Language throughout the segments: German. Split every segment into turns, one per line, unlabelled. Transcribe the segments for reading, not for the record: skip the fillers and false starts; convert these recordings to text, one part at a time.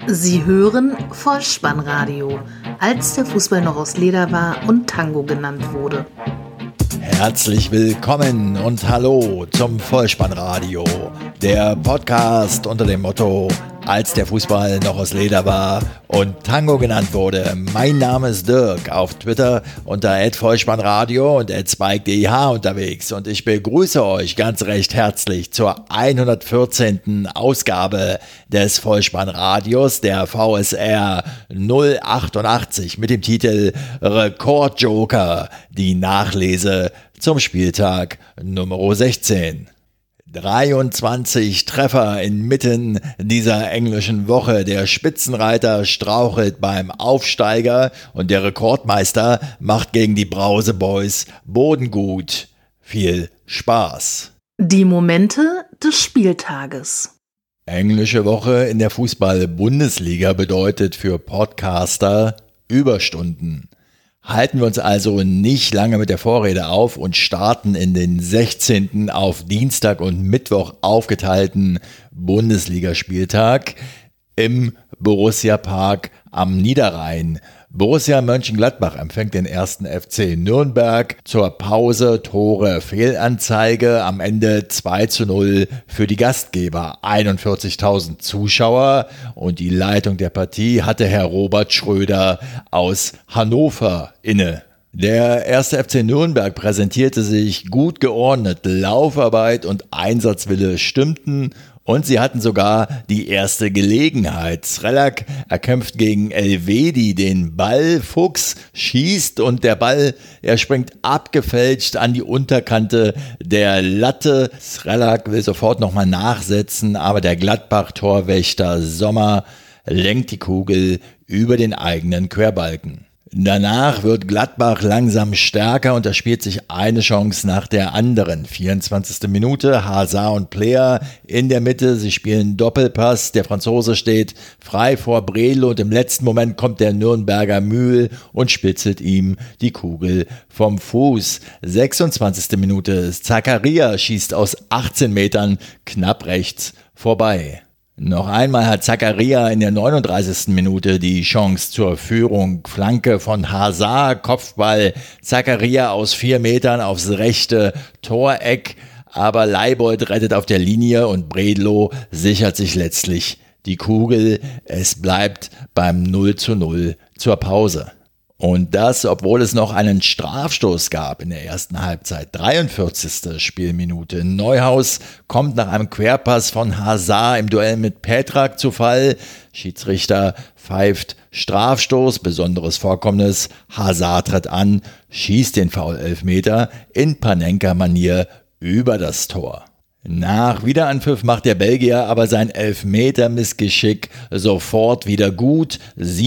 Sie hören Vollspannradio, als der Fußball noch aus Leder war und Tango genannt wurde.
Herzlich willkommen und hallo zum Vollspannradio, der Podcast unter dem Motto, als der Fußball noch aus Leder war und Tango genannt wurde. Mein Name ist Dirk, auf Twitter unter @Vollspannradio und @spike_dih unterwegs und ich begrüße euch ganz recht herzlich zur 114. Ausgabe des Vollspannradios, der VSR 088 mit dem Titel Rekordjoker, die Nachlese zum Spieltag Nummer 16. 23 Treffer inmitten dieser englischen Woche. Der Spitzenreiter strauchelt beim Aufsteiger und der Rekordmeister macht gegen die Brauseboys bodengut. Viel Spaß.
Die Momente des Spieltages.
Englische Woche in der Fußball-Bundesliga bedeutet für Podcaster Überstunden. Halten wir uns also nicht lange mit der Vorrede auf und starten in den 16. auf Dienstag und Mittwoch aufgeteilten Bundesligaspieltag im Borussia Park am Niederrhein. Borussia Mönchengladbach empfängt den 1. FC Nürnberg. Zur Pause Tore Fehlanzeige, am Ende 2:0 für die Gastgeber. 41.000 Zuschauer und die Leitung der Partie hatte Herr Robert Schröder aus Hannover inne. Der 1. FC Nürnberg präsentierte sich gut geordnet, Laufarbeit und Einsatzwille stimmten und sie hatten sogar die erste Gelegenheit. Srelak erkämpft gegen Elvedi den Ball, Fuchs schießt und der Ball, er springt abgefälscht an die Unterkante der Latte. Srelak will sofort nochmal nachsetzen, aber der Gladbach-Torwächter Sommer lenkt die Kugel über den eigenen Querbalken. Danach wird Gladbach langsam stärker und da spielt sich eine Chance nach der anderen. 24. Minute, Hazard und Player in der Mitte, sie spielen Doppelpass, der Franzose steht frei vor Bredlo und im letzten Moment kommt der Nürnberger Mühl und spitzelt ihm die Kugel vom Fuß. 26. Minute, Zakaria schießt aus 18 Metern knapp rechts vorbei. Noch einmal hat Zakaria in der 39. Minute die Chance zur Führung. Flanke von Hazard, Kopfball Zakaria aus 4 Metern aufs rechte Toreck, aber Leibold rettet auf der Linie und Bredlo sichert sich letztlich die Kugel. Es bleibt beim 0:0 zur Pause. Und das, obwohl es noch einen Strafstoß gab in der ersten Halbzeit. 43. Spielminute. Neuhaus kommt nach einem Querpass von Hazard im Duell mit Petrak zu Fall. Schiedsrichter pfeift Strafstoß, besonderes Vorkommnis. Hazard tritt an, schießt den Foul-Elfmeter in Panenka-Manier über das Tor. Nach Wiederanpfiff macht der Belgier aber sein Elfmeter-Missgeschick sofort wieder gut.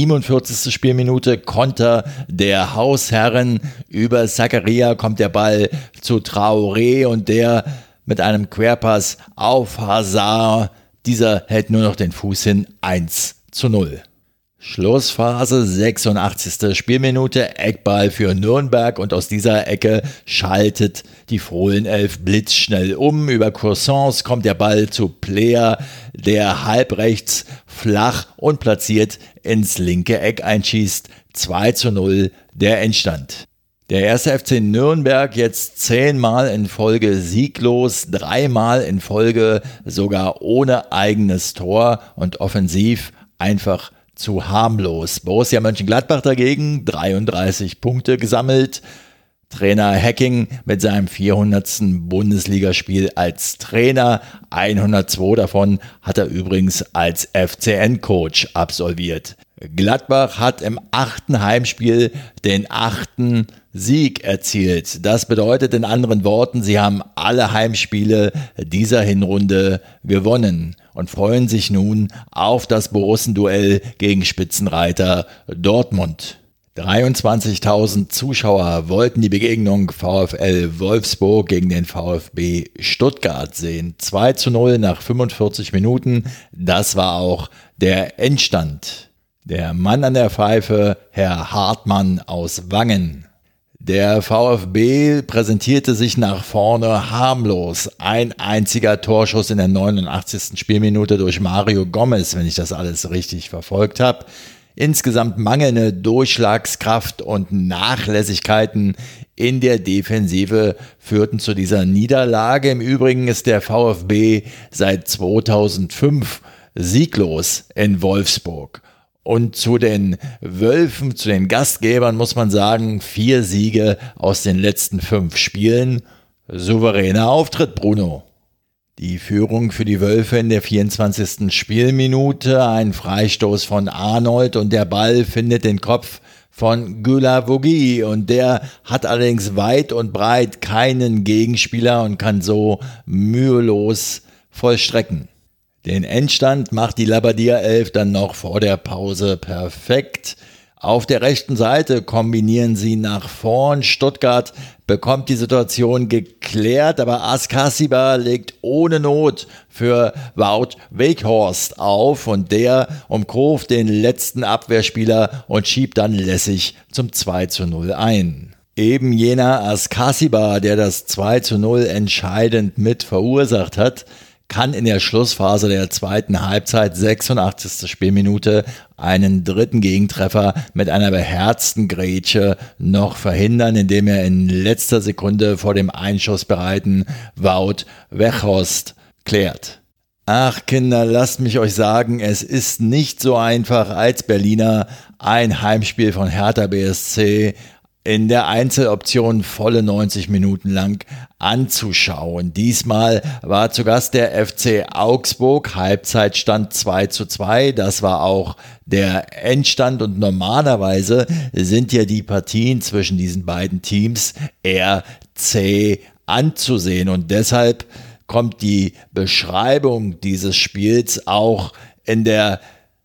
47. Spielminute, Konter der Hausherren. Über Zakaria kommt der Ball zu Traoré und der mit einem Querpass auf Hazard. Dieser hält nur noch den Fuß hin, 1:0. Schlussphase, 86. Spielminute, Eckball für Nürnberg und aus dieser Ecke schaltet die Fohlenelf blitzschnell um. Über Cousins kommt der Ball zu Player, der halbrechts flach und platziert ins linke Eck einschießt. 2:0 der Endstand. Der 1. FC Nürnberg jetzt 10 Mal in Folge sieglos, 3 Mal in Folge sogar ohne eigenes Tor und offensiv einfach zu harmlos. Borussia Mönchengladbach dagegen 33 Punkte gesammelt. Trainer Hacking mit seinem 400. Bundesligaspiel als Trainer. 102 davon hat er übrigens als FCN-Coach absolviert. Gladbach hat im 8. Heimspiel den 8. Sieg erzielt. Das bedeutet in anderen Worten, sie haben alle Heimspiele dieser Hinrunde gewonnen und freuen sich nun auf das Borussenduell gegen Spitzenreiter Dortmund. 23.000 Zuschauer wollten die Begegnung VfL Wolfsburg gegen den VfB Stuttgart sehen. 2:0 nach 45 Minuten, das war auch der Endstand. Der Mann an der Pfeife, Herr Hartmann aus Wangen. Der VfB präsentierte sich nach vorne harmlos. Ein einziger Torschuss in der 89. Spielminute durch Mario Gomez, wenn ich das alles richtig verfolgt habe. Insgesamt mangelnde Durchschlagskraft und Nachlässigkeiten in der Defensive führten zu dieser Niederlage. Im Übrigen ist der VfB seit 2005 sieglos in Wolfsburg. Und zu den Wölfen, zu den Gastgebern muss man sagen, 4 Siege aus den letzten 5 Spielen. Souveräner Auftritt, Bruno. Die Führung für die Wölfe in der 24. Spielminute, ein Freistoß von Arnold und der Ball findet den Kopf von Gulavogui und der hat allerdings weit und breit keinen Gegenspieler und kann so mühelos vollstrecken. Den Endstand macht die Labadia 11 dann noch vor der Pause perfekt. Auf der rechten Seite kombinieren sie nach vorn. Stuttgart bekommt die Situation geklärt, aber Askasiba legt ohne Not für Wout Weghorst auf und der umkurvt den letzten Abwehrspieler und schiebt dann lässig zum 2:0 ein. Eben jener Askasiba, der das 2:0 entscheidend mit verursacht hat, kann in der Schlussphase der zweiten Halbzeit, 86. Spielminute, einen dritten Gegentreffer mit einer beherzten Grätsche noch verhindern, indem er in letzter Sekunde vor dem einschussbereiten Wout Weghorst klärt. Ach Kinder, lasst mich euch sagen, es ist nicht so einfach als Berliner ein Heimspiel von Hertha BSC in der Einzeloption volle 90 Minuten lang anzuschauen. Diesmal war zu Gast der FC Augsburg, Halbzeitstand 2:2, das war auch der Endstand und normalerweise sind ja die Partien zwischen diesen beiden Teams eher zäh anzusehen und deshalb kommt die Beschreibung dieses Spiels auch in der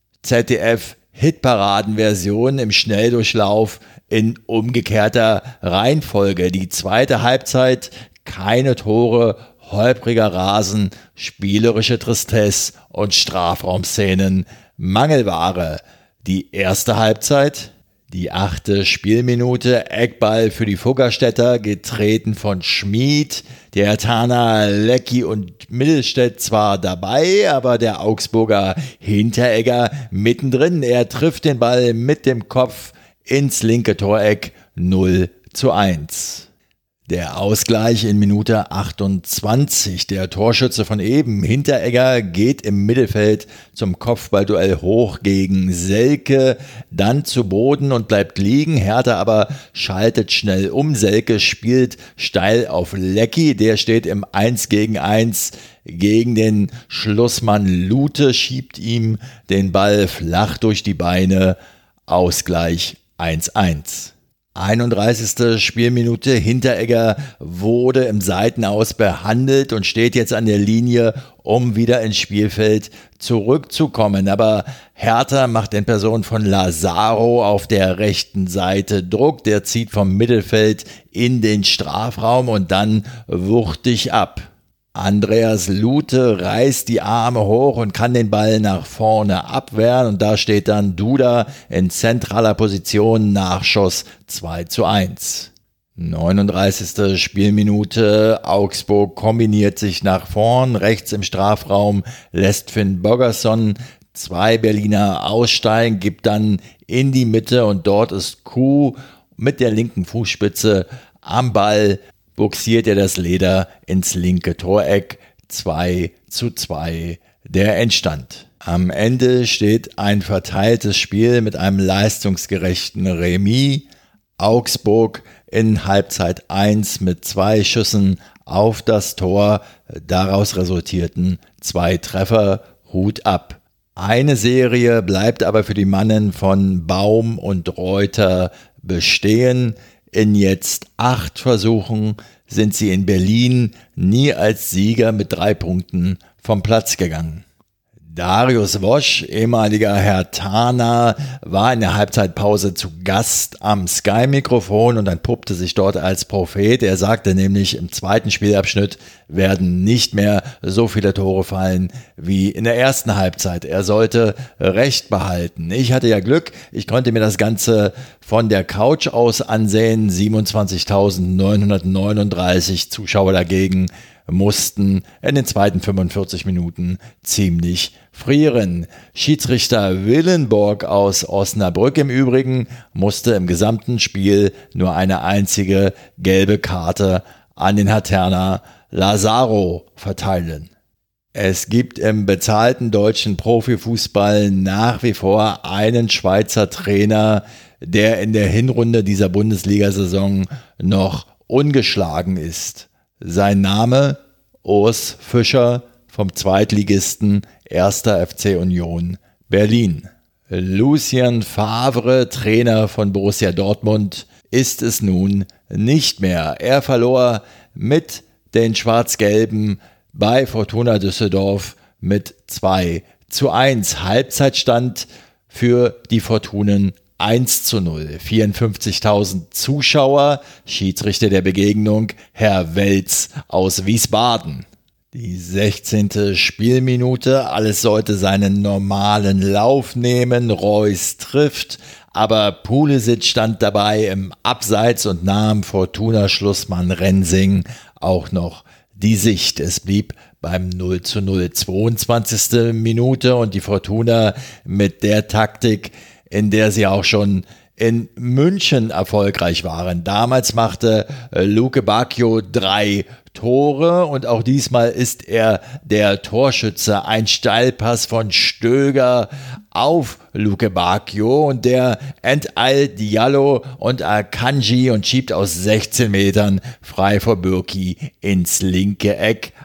ZDF-Hitparaden-Version im Schnelldurchlauf in umgekehrter Reihenfolge. Die zweite Halbzeit, keine Tore, holpriger Rasen, spielerische Tristesse und Strafraumszenen, Mangelware. Die erste Halbzeit, die 8. Spielminute, Eckball für die Fuggerstädter, getreten von Schmid. Der Herthaner Leckie und Mittelstädt zwar dabei, aber der Augsburger Hinteregger mittendrin. Er trifft den Ball mit dem Kopf ins linke Toreck, 0:1. Der Ausgleich in Minute 28. Der Torschütze von eben, Hinteregger, geht im Mittelfeld zum Kopfballduell hoch gegen Selke, dann zu Boden und bleibt liegen. Hertha aber schaltet schnell um. Selke spielt steil auf Leckie, der steht im 1-gegen-1 gegen den Schlussmann Lute, schiebt ihm den Ball flach durch die Beine. Ausgleich 1:1. 31. Spielminute, Hinteregger wurde im Seitenaus behandelt und steht jetzt an der Linie, um wieder ins Spielfeld zurückzukommen. Aber Hertha macht in Person von Lazaro auf der rechten Seite Druck. Der zieht vom Mittelfeld in den Strafraum und dann wuchtig ab. Andreas Lute reißt die Arme hoch und kann den Ball nach vorne abwehren und da steht dann Duda in zentraler Position, Nachschuss 2:1. 39. Spielminute, Augsburg kombiniert sich nach vorn, rechts im Strafraum lässt Finn Bogerson 2 Berliner aussteigen, gibt dann in die Mitte und dort ist Kuh mit der linken Fußspitze am Ball, buxiert er das Leder ins linke Toreck, 2:2 der Endstand. Am Ende steht ein verteiltes Spiel mit einem leistungsgerechten Remis. Augsburg in Halbzeit 1 mit 2 Schüssen auf das Tor, daraus resultierten 2 Treffer, Hut ab. Eine Serie bleibt aber für die Mannen von Baum und Reuter bestehen. In jetzt 8 Versuchen sind sie in Berlin nie als Sieger mit 3 Punkten vom Platz gegangen. Darius Wosch, ehemaliger Herthaner, war in der Halbzeitpause zu Gast am Sky-Mikrofon und entpuppte sich dort als Prophet. Er sagte nämlich, im zweiten Spielabschnitt werden nicht mehr so viele Tore fallen wie in der ersten Halbzeit. Er sollte Recht behalten. Ich hatte ja Glück, ich konnte mir das Ganze von der Couch aus ansehen. 27.939 Zuschauer dagegen mussten in den zweiten 45 Minuten ziemlich frieren. Schiedsrichter Willenborg aus Osnabrück im Übrigen musste im gesamten Spiel nur eine einzige gelbe Karte an den Herthaner Lazaro verteilen. Es gibt im bezahlten deutschen Profifußball nach wie vor einen Schweizer Trainer, der in der Hinrunde dieser Bundesliga-Saison noch ungeschlagen ist. Sein Name Urs Fischer vom Zweitligisten 1. FC Union Berlin. Lucien Favre, Trainer von Borussia Dortmund, ist es nun nicht mehr. Er verlor mit den Schwarz-Gelben bei Fortuna Düsseldorf mit 2:1. Halbzeitstand für die Fortunen 1:0. 54.000 Zuschauer, Schiedsrichter der Begegnung, Herr Welz aus Wiesbaden. Die 16. Spielminute, alles sollte seinen normalen Lauf nehmen, Reus trifft, aber Pulisic stand dabei im Abseits und nahm Fortuna-Schlussmann Rensing auch noch die Sicht. Es blieb beim 0:0. 22. Minute und die Fortuna mit der Taktik, in der sie auch schon in München erfolgreich waren. Damals machte Luke Bacchio 3 Tore und auch diesmal ist er der Torschütze. Ein Steilpass von Stöger auf Luke Bacchio und der enteilt Diallo und Akanji und schiebt aus 16 Metern frei vor Bürki ins linke Eck.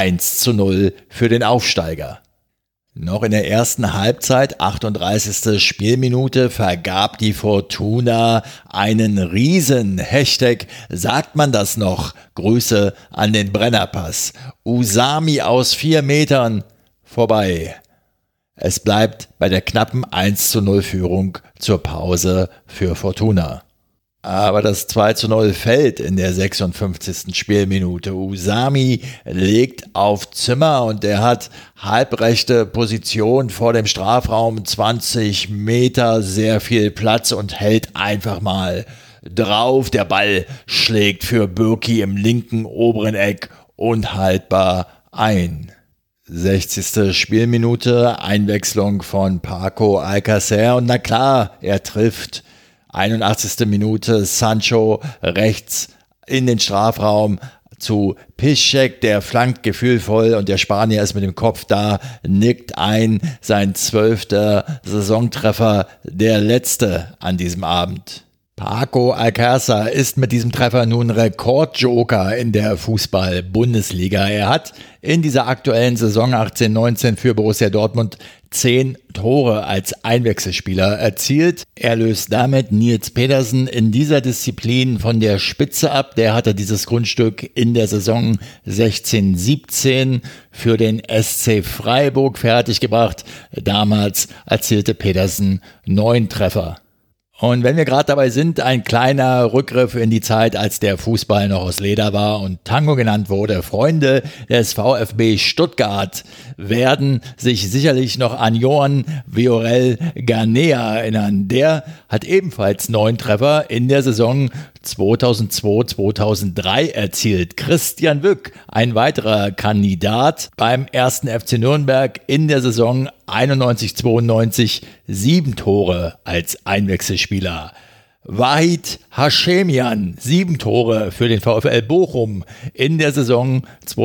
1:0 für den Aufsteiger. Noch in der ersten Halbzeit, 38. Spielminute, vergab die Fortuna einen Riesen. Hashtag, sagt man das noch? Grüße an den Brennerpass. Usami aus 4 Metern vorbei. Es bleibt bei der knappen 1:0 Führung zur Pause für Fortuna. Aber das 2:0 fällt in der 56. Spielminute. Usami legt auf Zimmer und er hat halbrechte Position vor dem Strafraum, 20 Meter, sehr viel Platz und hält einfach mal drauf. Der Ball schlägt für Bürki im linken oberen Eck unhaltbar ein. 60. Spielminute, Einwechslung von Paco Alcácer und na klar, er trifft. 81. Minute, Sancho rechts in den Strafraum zu Piszczek, der flankt gefühlvoll und der Spanier ist mit dem Kopf da, nickt ein, sein 12. Saisontreffer, der letzte an diesem Abend. Paco Alcácer ist mit diesem Treffer nun Rekordjoker in der Fußball-Bundesliga. Er hat in dieser aktuellen Saison 18/19 für Borussia Dortmund 10 Tore als Einwechselspieler erzielt. Er löst damit Nils Pedersen in dieser Disziplin von der Spitze ab. Der hatte dieses Grundstück in der Saison 16/17 für den SC Freiburg fertiggebracht. Damals erzielte Pedersen 9 Treffer. Und wenn wir gerade dabei sind, ein kleiner Rückgriff in die Zeit, als der Fußball noch aus Leder war und Tango genannt wurde. Freunde des VfB Stuttgart werden sich sicherlich noch an Johan Viorel Ganea erinnern. Der hat ebenfalls 9 Treffer in der Saison 2002/2003 erzielt. Christian Wück, ein weiterer Kandidat beim 1. FC Nürnberg in der Saison 91/92, 7 Tore als Einwechselspieler. Wahid Hashemian, 7 Tore für den VfL Bochum in der Saison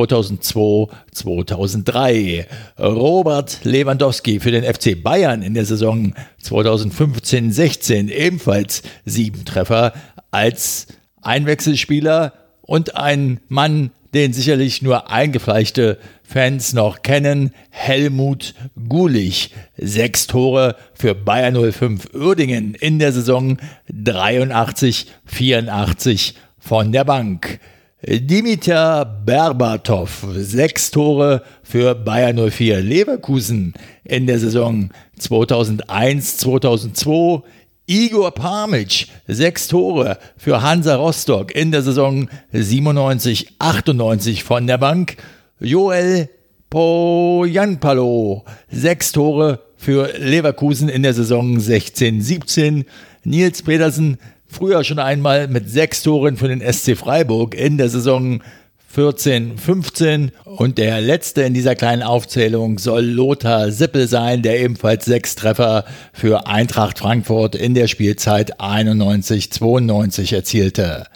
2002/2003. Robert Lewandowski für den FC Bayern in der Saison 2015/16, ebenfalls 7 Treffer als Einwechselspieler und ein Mann, den sicherlich nur eingefleischte Fans noch kennen, Helmut Gulich. 6 Tore für Bayer 05 Uerdingen in der Saison 83/84 von der Bank. Dimitar Berbatov, 6 Tore für Bayer 04 Leverkusen in der Saison 2001-2002. Igor Parmic, 6 Tore für Hansa Rostock in der Saison 97-98 von der Bank. Joel Poyanpalo, 6 Tore für Leverkusen in der Saison 16-17. Nils Pedersen, früher schon einmal mit 6 Toren für den SC Freiburg in der Saison 14-15. Und der letzte in dieser kleinen Aufzählung soll Lothar Sippel sein, der ebenfalls 6 Treffer für Eintracht Frankfurt in der Spielzeit 91-92 erzielte.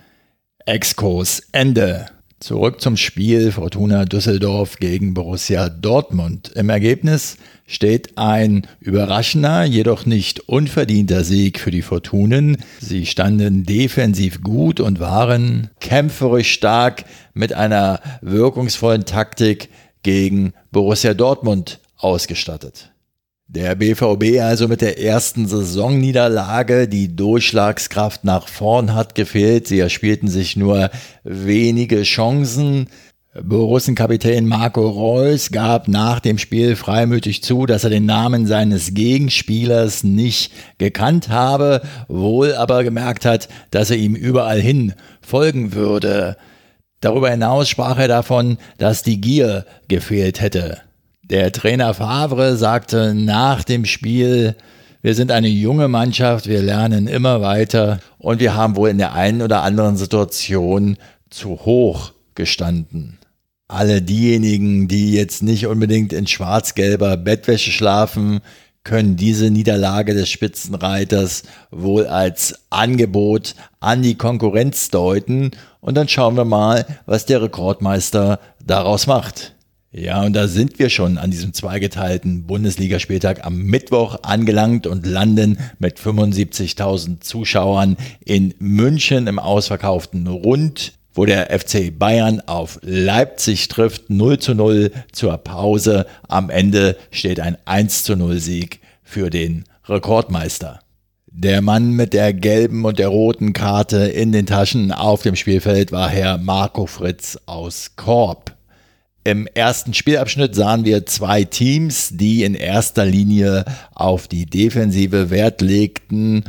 Exkurs Ende. Zurück zum Spiel Fortuna Düsseldorf gegen Borussia Dortmund. Im Ergebnis steht ein überraschender, jedoch nicht unverdienter Sieg für die Fortunen. Sie standen defensiv gut und waren kämpferisch stark mit einer wirkungsvollen Taktik gegen Borussia Dortmund ausgestattet. Der BVB also mit der ersten Saisonniederlage, die Durchschlagskraft nach vorn hat gefehlt. Sie erspielten sich nur wenige Chancen. Borussen-Kapitän Marco Reus gab nach dem Spiel freimütig zu, dass er den Namen seines Gegenspielers nicht gekannt habe, wohl aber gemerkt hat, dass er ihm überall hin folgen würde. Darüber hinaus sprach er davon, dass die Gier gefehlt hätte. Der Trainer Favre sagte nach dem Spiel: Wir sind eine junge Mannschaft, wir lernen immer weiter und wir haben wohl in der einen oder anderen Situation zu hoch gestanden. Alle diejenigen, die jetzt nicht unbedingt in schwarz-gelber Bettwäsche schlafen, können diese Niederlage des Spitzenreiters wohl als Angebot an die Konkurrenz deuten. Und dann schauen wir mal, was der Rekordmeister daraus macht. Ja, und da sind wir schon an diesem zweigeteilten Bundesligaspieltag am Mittwoch angelangt und landen mit 75.000 Zuschauern in München im ausverkauften Rund, wo der FC Bayern auf Leipzig trifft, 0:0 zur Pause. Am Ende steht ein 1:0 Sieg für den Rekordmeister. Der Mann mit der gelben und der roten Karte in den Taschen auf dem Spielfeld war Herr Marco Fritz aus Korb. Im ersten Spielabschnitt sahen wir 2 Teams, die in erster Linie auf die Defensive Wert legten,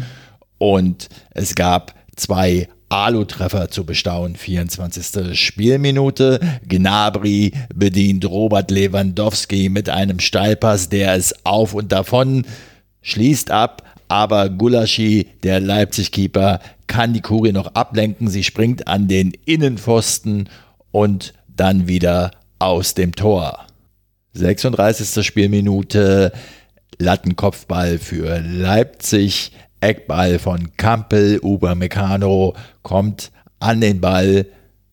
und es gab 2 Alu-Treffer zu bestaunen. 24. Spielminute. Gnabry bedient Robert Lewandowski mit einem Steilpass, der es auf und davon schließt ab, aber Gulaschi, der Leipzig-Keeper, kann die Kugel noch ablenken. Sie springt an den Innenpfosten und dann wieder aus dem Tor. 36. Spielminute, Lattenkopfball für Leipzig, Eckball von Kampel, Upamecano kommt an den Ball,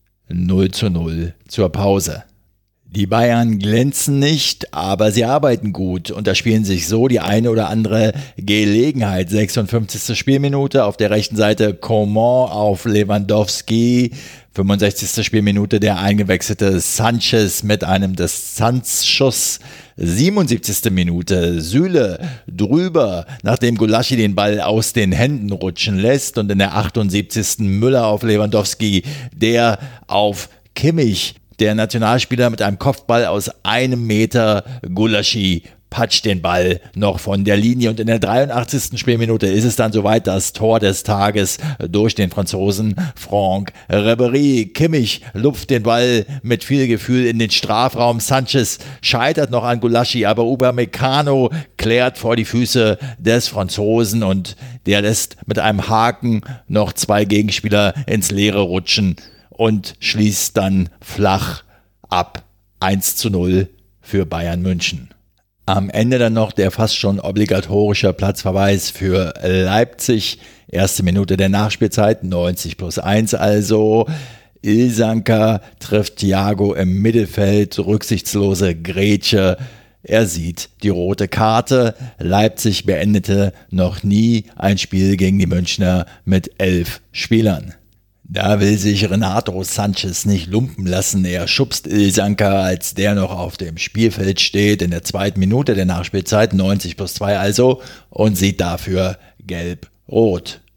0:0 zur Pause. Die Bayern glänzen nicht, aber sie arbeiten gut und da spielen sich so die eine oder andere Gelegenheit. 56. Spielminute, auf der rechten Seite Coman auf Lewandowski. 65. Spielminute, der eingewechselte Sanchez mit einem Distanzschuss. 77. Minute, Süle drüber, nachdem Gulaschi den Ball aus den Händen rutschen lässt, und in der 78. Müller auf Lewandowski, der auf Kimmich, der Nationalspieler, mit einem Kopfball aus 1 Meter. Gulaschi patscht den Ball noch von der Linie, und in der 83. Spielminute ist es dann soweit, das Tor des Tages durch den Franzosen Franck Ribéry. Kimmich lupft den Ball mit viel Gefühl in den Strafraum. Sanchez scheitert noch an Gulaschi, aber Upamecano klärt vor die Füße des Franzosen und der lässt mit einem Haken noch 2 Gegenspieler ins Leere rutschen und schließt dann flach ab. 1:0 für Bayern München. Am Ende dann noch der fast schon obligatorische Platzverweis für Leipzig. Erste Minute der Nachspielzeit, 90+1 also. Ilsanker trifft Thiago im Mittelfeld, rücksichtslose Grätsche. Er sieht die rote Karte. Leipzig beendete noch nie ein Spiel gegen die Münchner mit 11 Spielern. Da will sich Renato Sanchez nicht lumpen lassen. Er schubst Ilsanker, als der noch auf dem Spielfeld steht, in der 2. Minute der Nachspielzeit, 90+2 also, und sieht dafür gelb-rot.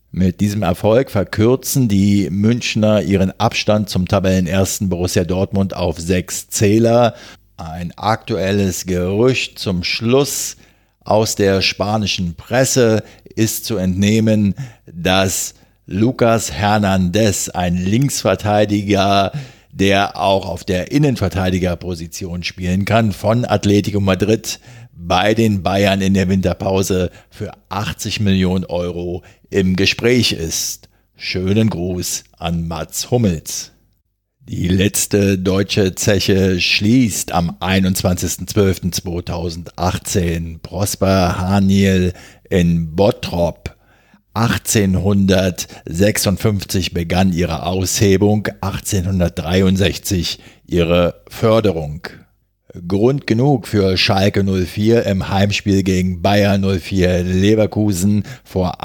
Mit diesem Erfolg verkürzen die Münchner ihren Abstand zum Tabellenersten Borussia Dortmund auf 6 Zähler. Ein aktuelles Gerücht zum Schluss aus der spanischen Presse ist zu entnehmen, dass Lucas Hernandez, ein Linksverteidiger, der auch auf der Innenverteidigerposition spielen kann, von Atletico Madrid bei den Bayern in der Winterpause für 80 Millionen Euro im Gespräch ist. Schönen Gruß an Mats Hummels. Die letzte deutsche Zeche schließt am 21.12.2018. Prosper Haniel in Bottrop. 1856 begann ihre Aushebung, 1863 ihre Förderung. Grund genug für Schalke 04 im Heimspiel gegen Bayer 04 Leverkusen vor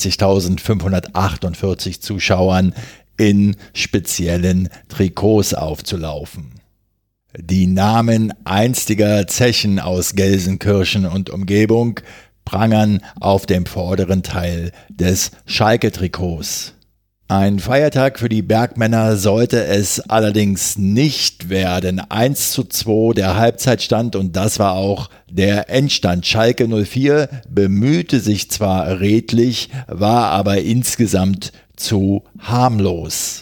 61.548 Zuschauern in speziellen Trikots aufzulaufen. Die Namen einstiger Zechen aus Gelsenkirchen und Umgebung prangern auf dem vorderen Teil des Schalke-Trikots. Ein Feiertag für die Bergmänner sollte es allerdings nicht werden. 1:2 der Halbzeitstand und das war auch der Endstand. Schalke 04 bemühte sich zwar redlich, war aber insgesamt zu harmlos.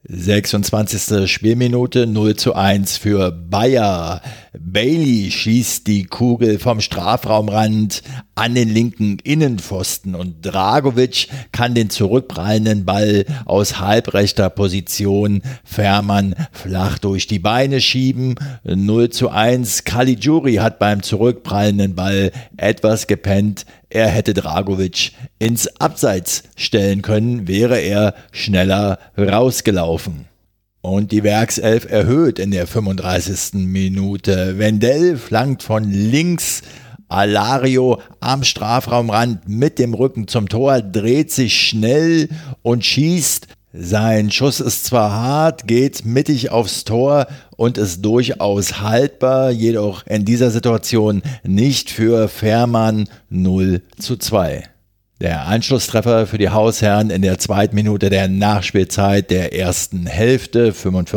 26. Spielminute 0:1 für Bayer. Bailey schießt die Kugel vom Strafraumrand an den linken Innenpfosten und Dragovic kann den zurückprallenden Ball aus halbrechter Position Fährmann flach durch die Beine schieben. 0:1. Caligiuri hat beim zurückprallenden Ball etwas gepennt. Er hätte Dragovic ins Abseits stellen können, wäre er schneller rausgelaufen. Und die Werkself erhöht in der 35. Minute. Wendell flankt von links, Alario am Strafraumrand mit dem Rücken zum Tor, dreht sich schnell und schießt. Sein Schuss ist zwar hart, geht mittig aufs Tor und ist durchaus haltbar, jedoch in dieser Situation nicht für Fährmann. 0:2. Der Anschlusstreffer für die Hausherren in der 2. Minute der Nachspielzeit der ersten Hälfte,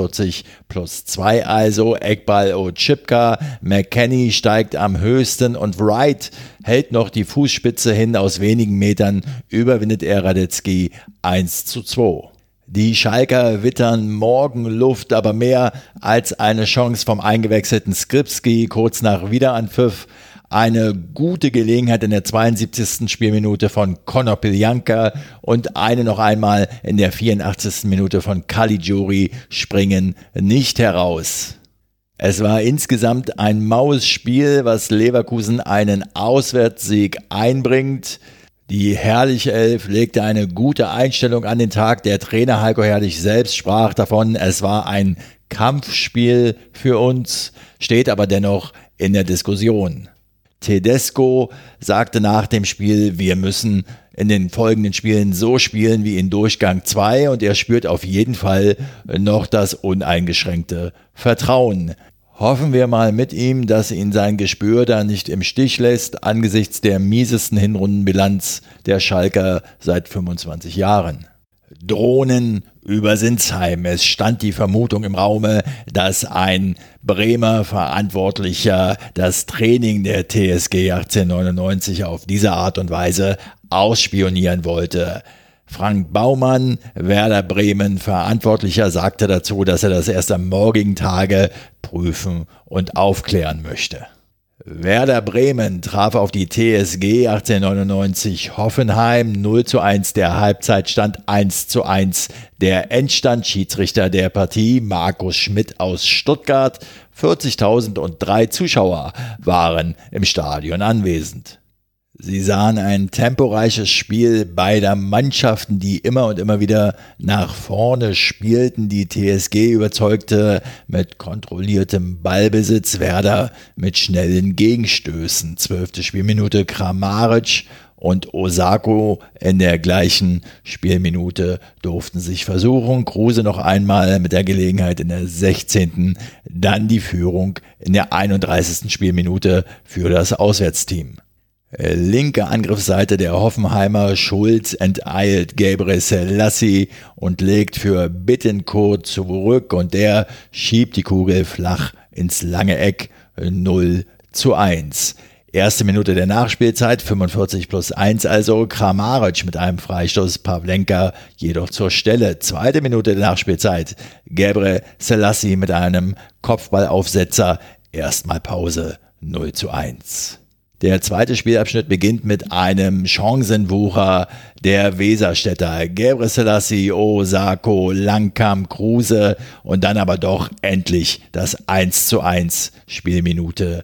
45+2 also, Eckball Otschipka, McKennie steigt am höchsten und Wright hält noch die Fußspitze hin, aus wenigen Metern überwindet er Radetzky 1:2. Die Schalker wittern Morgenluft, aber mehr als eine Chance vom eingewechselten Skripski kurz nach Wiederanpfiff. Eine gute Gelegenheit in der 72. Spielminute von Conor Piljanka und eine noch einmal in der 84. Minute von Caligiuri springen nicht heraus. Es war insgesamt ein maues Spiel, was Leverkusen einen Auswärtssieg einbringt. Die Herrliche Elf legte eine gute Einstellung an den Tag. Der Trainer Heiko Herrlich selbst sprach davon, es war ein Kampfspiel für uns, steht aber dennoch in der Diskussion. Tedesco sagte nach dem Spiel, wir müssen in den folgenden Spielen so spielen wie in Durchgang 2 und er spürt auf jeden Fall noch das uneingeschränkte Vertrauen. Hoffen wir mal mit ihm, dass ihn sein Gespür da nicht im Stich lässt, angesichts der miesesten Hinrundenbilanz der Schalker seit 25 Jahren. Drohnen über Sinsheim. Es stand die Vermutung im Raume, dass ein Bremer Verantwortlicher das Training der TSG 1899 auf diese Art und Weise ausspionieren wollte. Frank Baumann, Werder Bremen Verantwortlicher, sagte dazu, dass er das erst am morgigen Tage prüfen und aufklären möchte. Werder Bremen traf auf die TSG 1899 Hoffenheim, 0:1 der Halbzeitstand, 1:1 der Endstand. Schiedsrichter der Partie Markus Schmidt aus Stuttgart. 40.003 Zuschauer waren im Stadion anwesend. Sie sahen ein temporeiches Spiel beider Mannschaften, die immer und immer wieder nach vorne spielten. Die TSG überzeugte mit kontrolliertem Ballbesitz, Werder mit schnellen Gegenstößen. 12. Spielminute Kramaric und Osako in der gleichen Spielminute durften sich versuchen. Kruse noch einmal mit der Gelegenheit in der 16. Dann die Führung in der 31. Spielminute für das Auswärtsteam. Linke Angriffsseite der Hoffenheimer. Schulz enteilt Gebre Selassie und legt für Bittencourt zurück und der schiebt die Kugel flach ins lange Eck. 0:1. Erste Minute der Nachspielzeit, 45+1 also, Kramaric mit einem Freistoß, Pavlenka jedoch zur Stelle. Zweite Minute der Nachspielzeit, Gebre Selassie mit einem Kopfballaufsetzer, erstmal Pause, 0:1. Der zweite Spielabschnitt beginnt mit einem Chancenwucher der Weserstädter. Gebre Selassie, Osako, Langkamp, Kruse und dann aber doch endlich das 1:1, Spielminute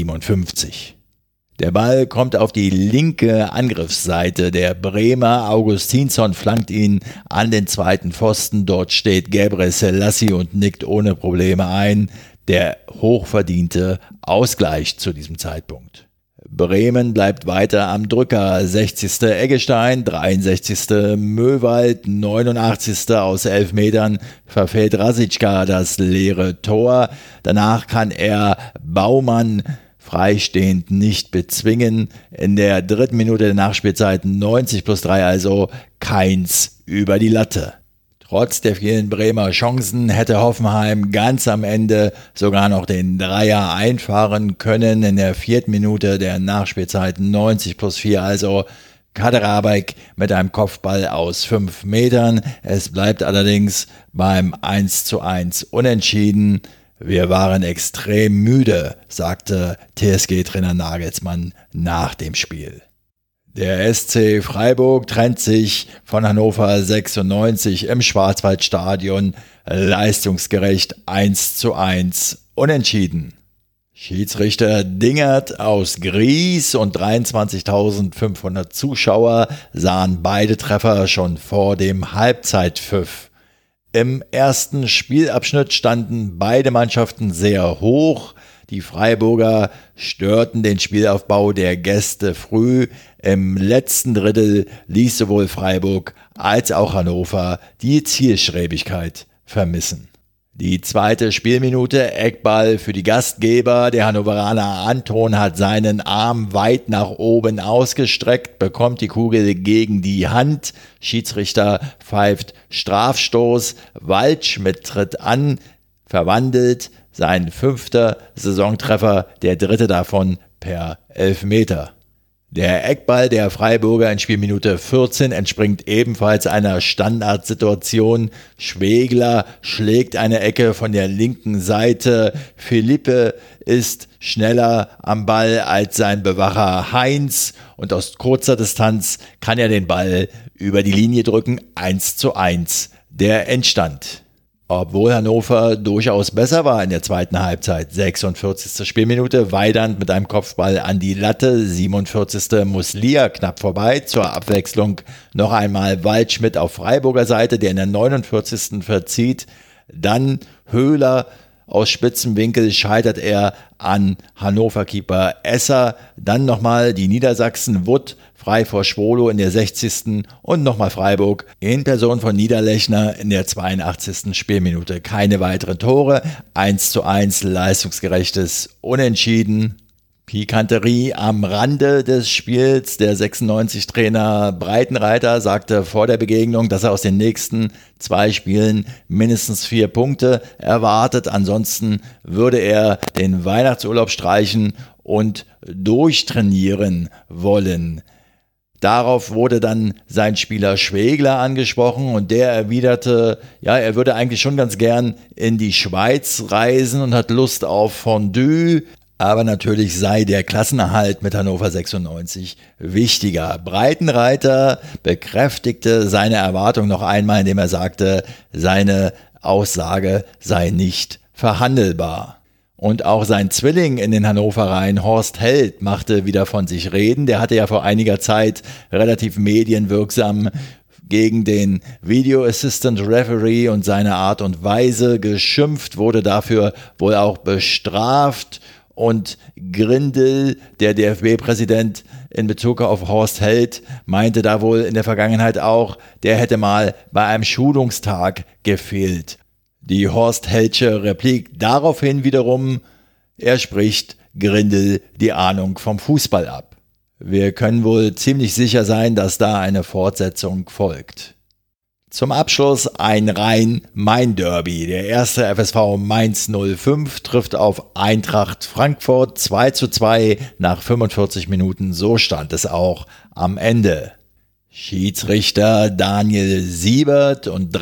57. Der Ball kommt auf die linke Angriffsseite der Bremer. Augustinsson flankt ihn an den zweiten Pfosten. Dort steht Gebre Selassie und nickt ohne Probleme ein. Der hochverdiente Ausgleich zu diesem Zeitpunkt. Bremen bleibt weiter am Drücker. 60. Eggestein, 63. Möwald, 89. aus 11 Metern verfehlt Rasicka das leere Tor. Danach kann er Baumann freistehend nicht bezwingen. In der dritten Minute der Nachspielzeit 90+3 also keins über die Latte. Trotz der vielen Bremer Chancen hätte Hoffenheim ganz am Ende sogar noch den Dreier einfahren können. In der vierten Minute der Nachspielzeit 90+4 also Kaderabek mit einem Kopfball aus 5 Metern. Es bleibt allerdings beim 1:1 unentschieden. Wir waren extrem müde, sagte TSG-Trainer Nagelsmann nach dem Spiel. Der SC Freiburg trennt sich von Hannover 96 im Schwarzwaldstadion, leistungsgerecht 1:1 unentschieden. Schiedsrichter Dingert aus Gries und 23.500 Zuschauer sahen beide Treffer schon vor dem Halbzeitpfiff. Im ersten Spielabschnitt standen beide Mannschaften sehr hoch. Die Freiburger störten den Spielaufbau der Gäste früh. Im letzten Drittel ließ sowohl Freiburg als auch Hannover die Zielstrebigkeit vermissen. Die zweite Spielminute, Eckball für die Gastgeber. Der Hannoveraner Anton hat seinen Arm weit nach oben ausgestreckt, bekommt die Kugel gegen die Hand. Schiedsrichter pfeift Strafstoß. Waldschmidt tritt an, verwandelt sein 5. Saisontreffer, der 3. davon per Elfmeter. Der Eckball der Freiburger in Spielminute 14 entspringt ebenfalls einer Standardsituation. Schwegler schlägt eine Ecke von der linken Seite. Philippe ist schneller am Ball als sein Bewacher Heinz und aus kurzer Distanz kann er den Ball über die Linie drücken. 1:1 der Endstand. Obwohl Hannover durchaus besser war in der zweiten Halbzeit. 46. Spielminute, Weidand mit einem Kopfball an die Latte. 47. Muslia knapp vorbei. Zur Abwechslung noch einmal Waldschmidt auf Freiburger Seite, der in der 49. verzieht. Dann Höhler. Aus spitzem Winkel scheitert er an Hannover-Keeper Esser. Dann nochmal die Niedersachsen Wood frei vor Schwolo in der 60. und nochmal Freiburg in Person von Niederlechner in der 82. Spielminute. Keine weiteren Tore. 1:1 leistungsgerechtes Unentschieden. Pikanterie am Rande des Spiels. Der 96-Trainer Breitenreiter sagte vor der Begegnung, dass er aus den nächsten 2 Spielen mindestens 4 Punkte erwartet. Ansonsten würde er den Weihnachtsurlaub streichen und durchtrainieren wollen. Darauf wurde dann sein Spieler Schwegler angesprochen und der erwiderte, ja, er würde eigentlich schon ganz gern in die Schweiz reisen und hat Lust auf Fondue. Aber natürlich sei der Klassenerhalt mit Hannover 96 wichtiger. Breitenreiter bekräftigte seine Erwartung noch einmal, indem er sagte, seine Aussage sei nicht verhandelbar. Und auch sein Zwilling in den Hannover-Reihen, Horst Held, machte wieder von sich reden. Der hatte ja vor einiger Zeit relativ medienwirksam gegen den Video Assistant Referee und seine Art und Weise geschimpft, wurde dafür wohl auch bestraft. Und Grindel, der DFB-Präsident, in Bezug auf Horst Held, meinte da wohl in der Vergangenheit auch, der hätte mal bei einem Schulungstag gefehlt. Die Horst Heldsche Replik daraufhin wiederum, er spricht Grindel die Ahnung vom Fußball ab. Wir können wohl ziemlich sicher sein, dass da eine Fortsetzung folgt. Zum Abschluss ein Rhein-Main-Derby. Der erste FSV Mainz 05 trifft auf Eintracht Frankfurt 2:2 nach 45 Minuten. So stand es auch am Ende. Schiedsrichter Daniel Siebert und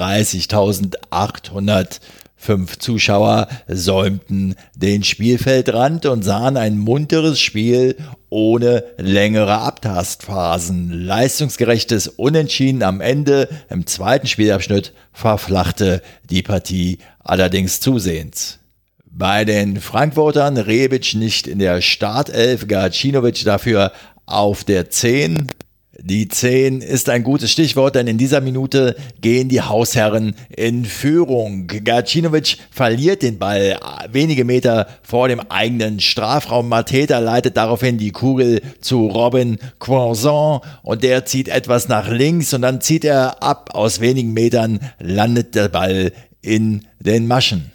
30.805 Zuschauer säumten den Spielfeldrand und sahen ein munteres Spiel ohne längere Abtastphasen. Leistungsgerechtes Unentschieden am Ende im zweiten Spielabschnitt verflachte die Partie allerdings zusehends. Bei den Frankfurtern Rebic nicht in der Startelf, Gacinovic dafür auf der 10. Die 10 ist ein gutes Stichwort, denn in dieser Minute gehen die Hausherren in Führung. Gacinovic verliert den Ball wenige Meter vor dem eigenen Strafraum. Mateta leitet daraufhin die Kugel zu Robin Quinzon und der zieht etwas nach links und dann zieht er ab. Aus wenigen Metern landet der Ball in den Maschen.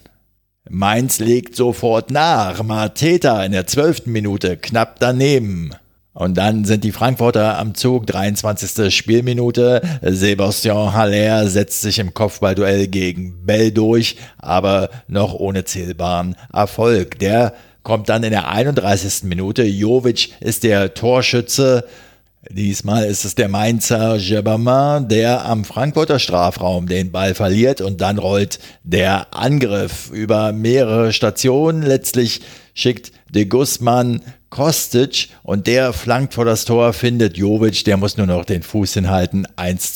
Mainz legt sofort nach. Mateta in der 12. Minute knapp daneben. Und dann sind die Frankfurter am Zug, 23. Spielminute. Sébastien Haller setzt sich im Kopfballduell gegen Bell durch, aber noch ohne zählbaren Erfolg. Der kommt dann in der 31. Minute. Jovic ist der Torschütze. Diesmal ist es der Mainzer Germain, der am Frankfurter Strafraum den Ball verliert und dann rollt der Angriff über mehrere Stationen. Letztlich schickt de Guzman Kostic und der flankt vor das Tor, findet Jovic, der muss nur noch den Fuß hinhalten,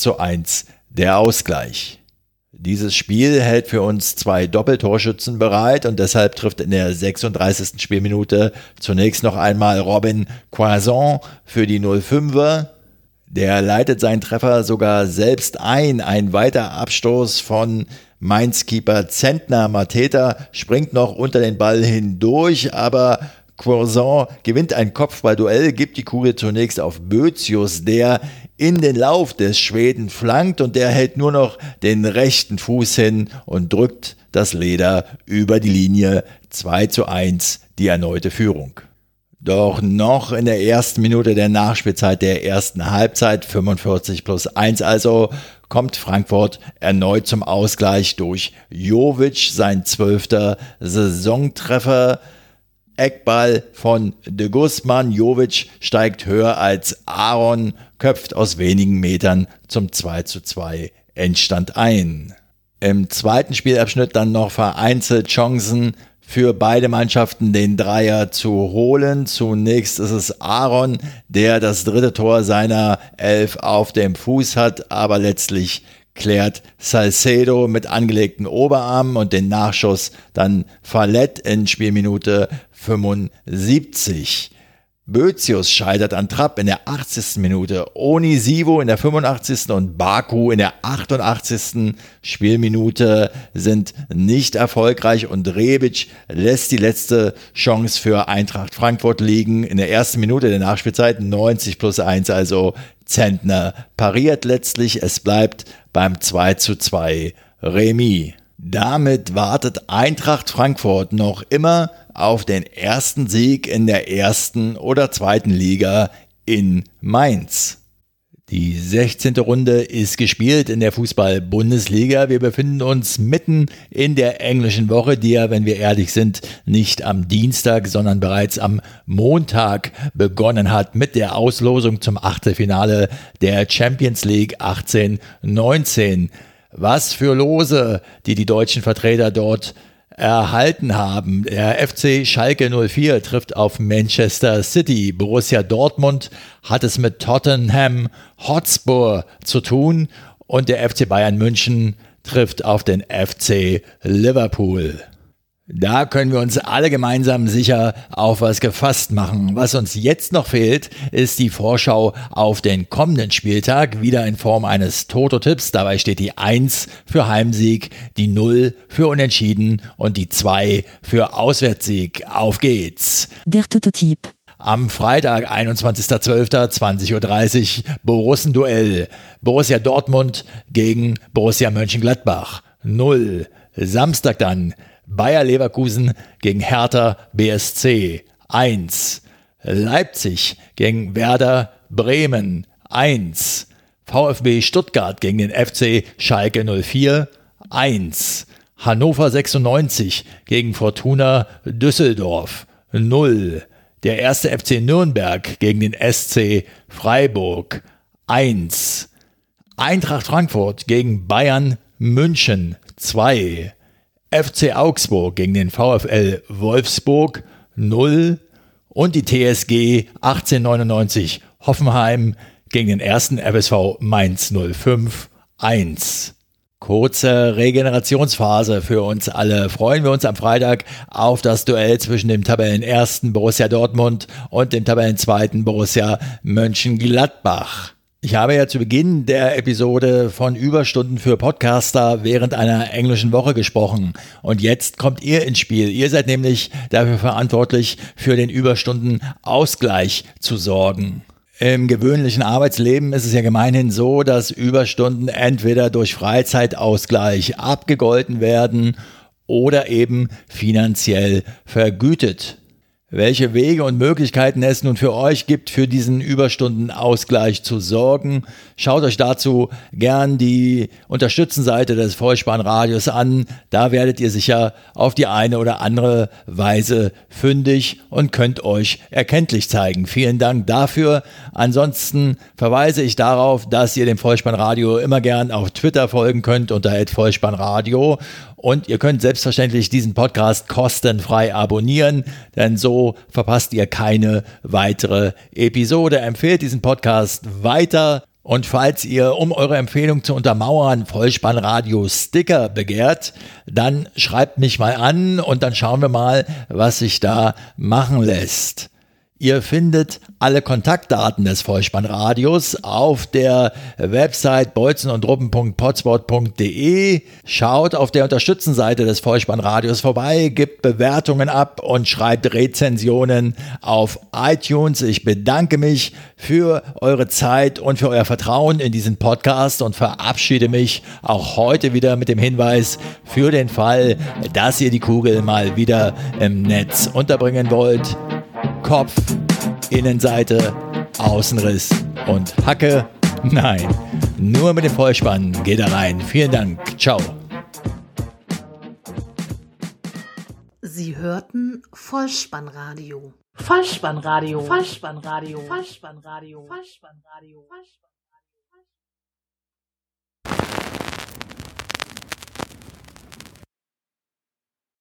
1:1 der Ausgleich. Dieses Spiel hält für uns 2 Doppeltorschützen bereit und deshalb trifft in der 36. Spielminute zunächst noch einmal Robin Quinzon für die 05er. Der leitet seinen Treffer sogar selbst ein. Ein weiter Abstoß von Mainz-Keeper Zentner. Mateta springt noch unter den Ball hindurch, aber Quinzon gewinnt ein Kopfballduell, gibt die Kugel zunächst auf Bözius, der in den Lauf des Schweden flankt und der hält nur noch den rechten Fuß hin und drückt das Leder über die Linie. 2:1 die erneute Führung. Doch noch in der ersten Minute der Nachspielzeit der ersten Halbzeit, 45+1 also, kommt Frankfurt erneut zum Ausgleich durch Jovic, sein 12. Saisontreffer. Eckball von de Guzman. Jovic steigt höher als Aaron, köpft aus wenigen Metern zum 2:2 Endstand ein. Im zweiten Spielabschnitt dann noch vereinzelt Chancen für beide Mannschaften, den Dreier zu holen. Zunächst ist es Aaron, der das dritte Tor seiner 11 auf dem Fuß hat, aber letztlich klärt Salcedo mit angelegten Oberarmen und den Nachschuss dann Fallet in Spielminute 75. Bözius scheitert an Trapp in der 80. Minute, Onisivo in der 85. und Baku in der 88. Spielminute sind nicht erfolgreich und Rebic lässt die letzte Chance für Eintracht Frankfurt liegen. In der ersten Minute der Nachspielzeit 90+1, also Zentner pariert letztlich. Es bleibt beim 2:2 Remis. Damit wartet Eintracht Frankfurt noch immer auf den ersten Sieg in der ersten oder zweiten Liga in Mainz. Die 16. Runde ist gespielt in der Fußball-Bundesliga. Wir befinden uns mitten in der englischen Woche, die ja, wenn wir ehrlich sind, nicht am Dienstag, sondern bereits am Montag begonnen hat mit der Auslosung zum Achtelfinale der Champions League 18/19. Was für Lose, die deutschen Vertreter dort erhalten haben. Der FC Schalke 04 trifft auf Manchester City. Borussia Dortmund hat es mit Tottenham Hotspur zu tun und der FC Bayern München trifft auf den FC Liverpool. Da können wir uns alle gemeinsam sicher auf was gefasst machen. Was uns jetzt noch fehlt, ist die Vorschau auf den kommenden Spieltag, wieder in Form eines Toto-Tipps. Dabei steht die 1 für Heimsieg, die 0 für Unentschieden und die 2 für Auswärtssieg. Auf geht's!
Der Toto-Tipp.
Am Freitag, 21.12.20.30 Uhr, Borussenduell. Borussia Dortmund gegen Borussia Mönchengladbach. 0. Samstag dann Bayer Leverkusen gegen Hertha BSC 1. Leipzig gegen Werder Bremen 1. VfB Stuttgart gegen den FC Schalke 04 1. Hannover 96 gegen Fortuna Düsseldorf 0. Der 1. FC Nürnberg gegen den SC Freiburg 1. Eintracht Frankfurt gegen Bayern München 2. FC Augsburg gegen den VfL Wolfsburg 0. Und die TSG 1899 Hoffenheim gegen den 1. FSV Mainz 05 1. Kurze Regenerationsphase für uns alle. Freuen wir uns am Freitag auf das Duell zwischen dem Tabellenersten Borussia Dortmund und dem Tabellenzweiten Borussia Mönchengladbach. Ich habe ja zu Beginn der Episode von Überstunden für Podcaster während einer englischen Woche gesprochen. Und jetzt kommt ihr ins Spiel. Ihr seid nämlich dafür verantwortlich, für den Überstundenausgleich zu sorgen. Im gewöhnlichen Arbeitsleben ist es ja gemeinhin so, dass Überstunden entweder durch Freizeitausgleich abgegolten werden oder eben finanziell vergütet. Welche Wege und Möglichkeiten es nun für euch gibt, für diesen Überstundenausgleich zu sorgen, schaut euch dazu gern die Unterstützenseite des Vollspannradios an. Da werdet ihr sicher auf die eine oder andere Weise fündig und könnt euch erkenntlich zeigen. Vielen Dank dafür. Ansonsten verweise ich darauf, dass ihr dem Vollspannradio immer gern auf Twitter folgen könnt unter @Vollspannradio. Und ihr könnt selbstverständlich diesen Podcast kostenfrei abonnieren, denn so verpasst ihr keine weitere Episode. Empfehlt diesen Podcast weiter. Und falls ihr, um eure Empfehlung zu untermauern, Vollspannradio-Sticker begehrt, dann schreibt mich mal an und dann schauen wir mal, was sich da machen lässt. Ihr findet alle Kontaktdaten des Vollspannradios auf der Website bolzenundruppen.potspot.de. Schaut auf der Unterstützenseite des Vollspannradios vorbei, gebt Bewertungen ab und schreibt Rezensionen auf iTunes. Ich bedanke mich für eure Zeit und für euer Vertrauen in diesen Podcast und verabschiede mich auch heute wieder mit dem Hinweis für den Fall, dass ihr die Kugel mal wieder im Netz unterbringen wollt. Kopf, Innenseite, Außenriss und Hacke. Nein, nur mit dem Vollspann geht er rein. Vielen Dank. Ciao.
Sie hörten Vollspannradio. Vollspannradio. Vollspannradio. Vollspannradio. Vollspannradio. Vollspannradio.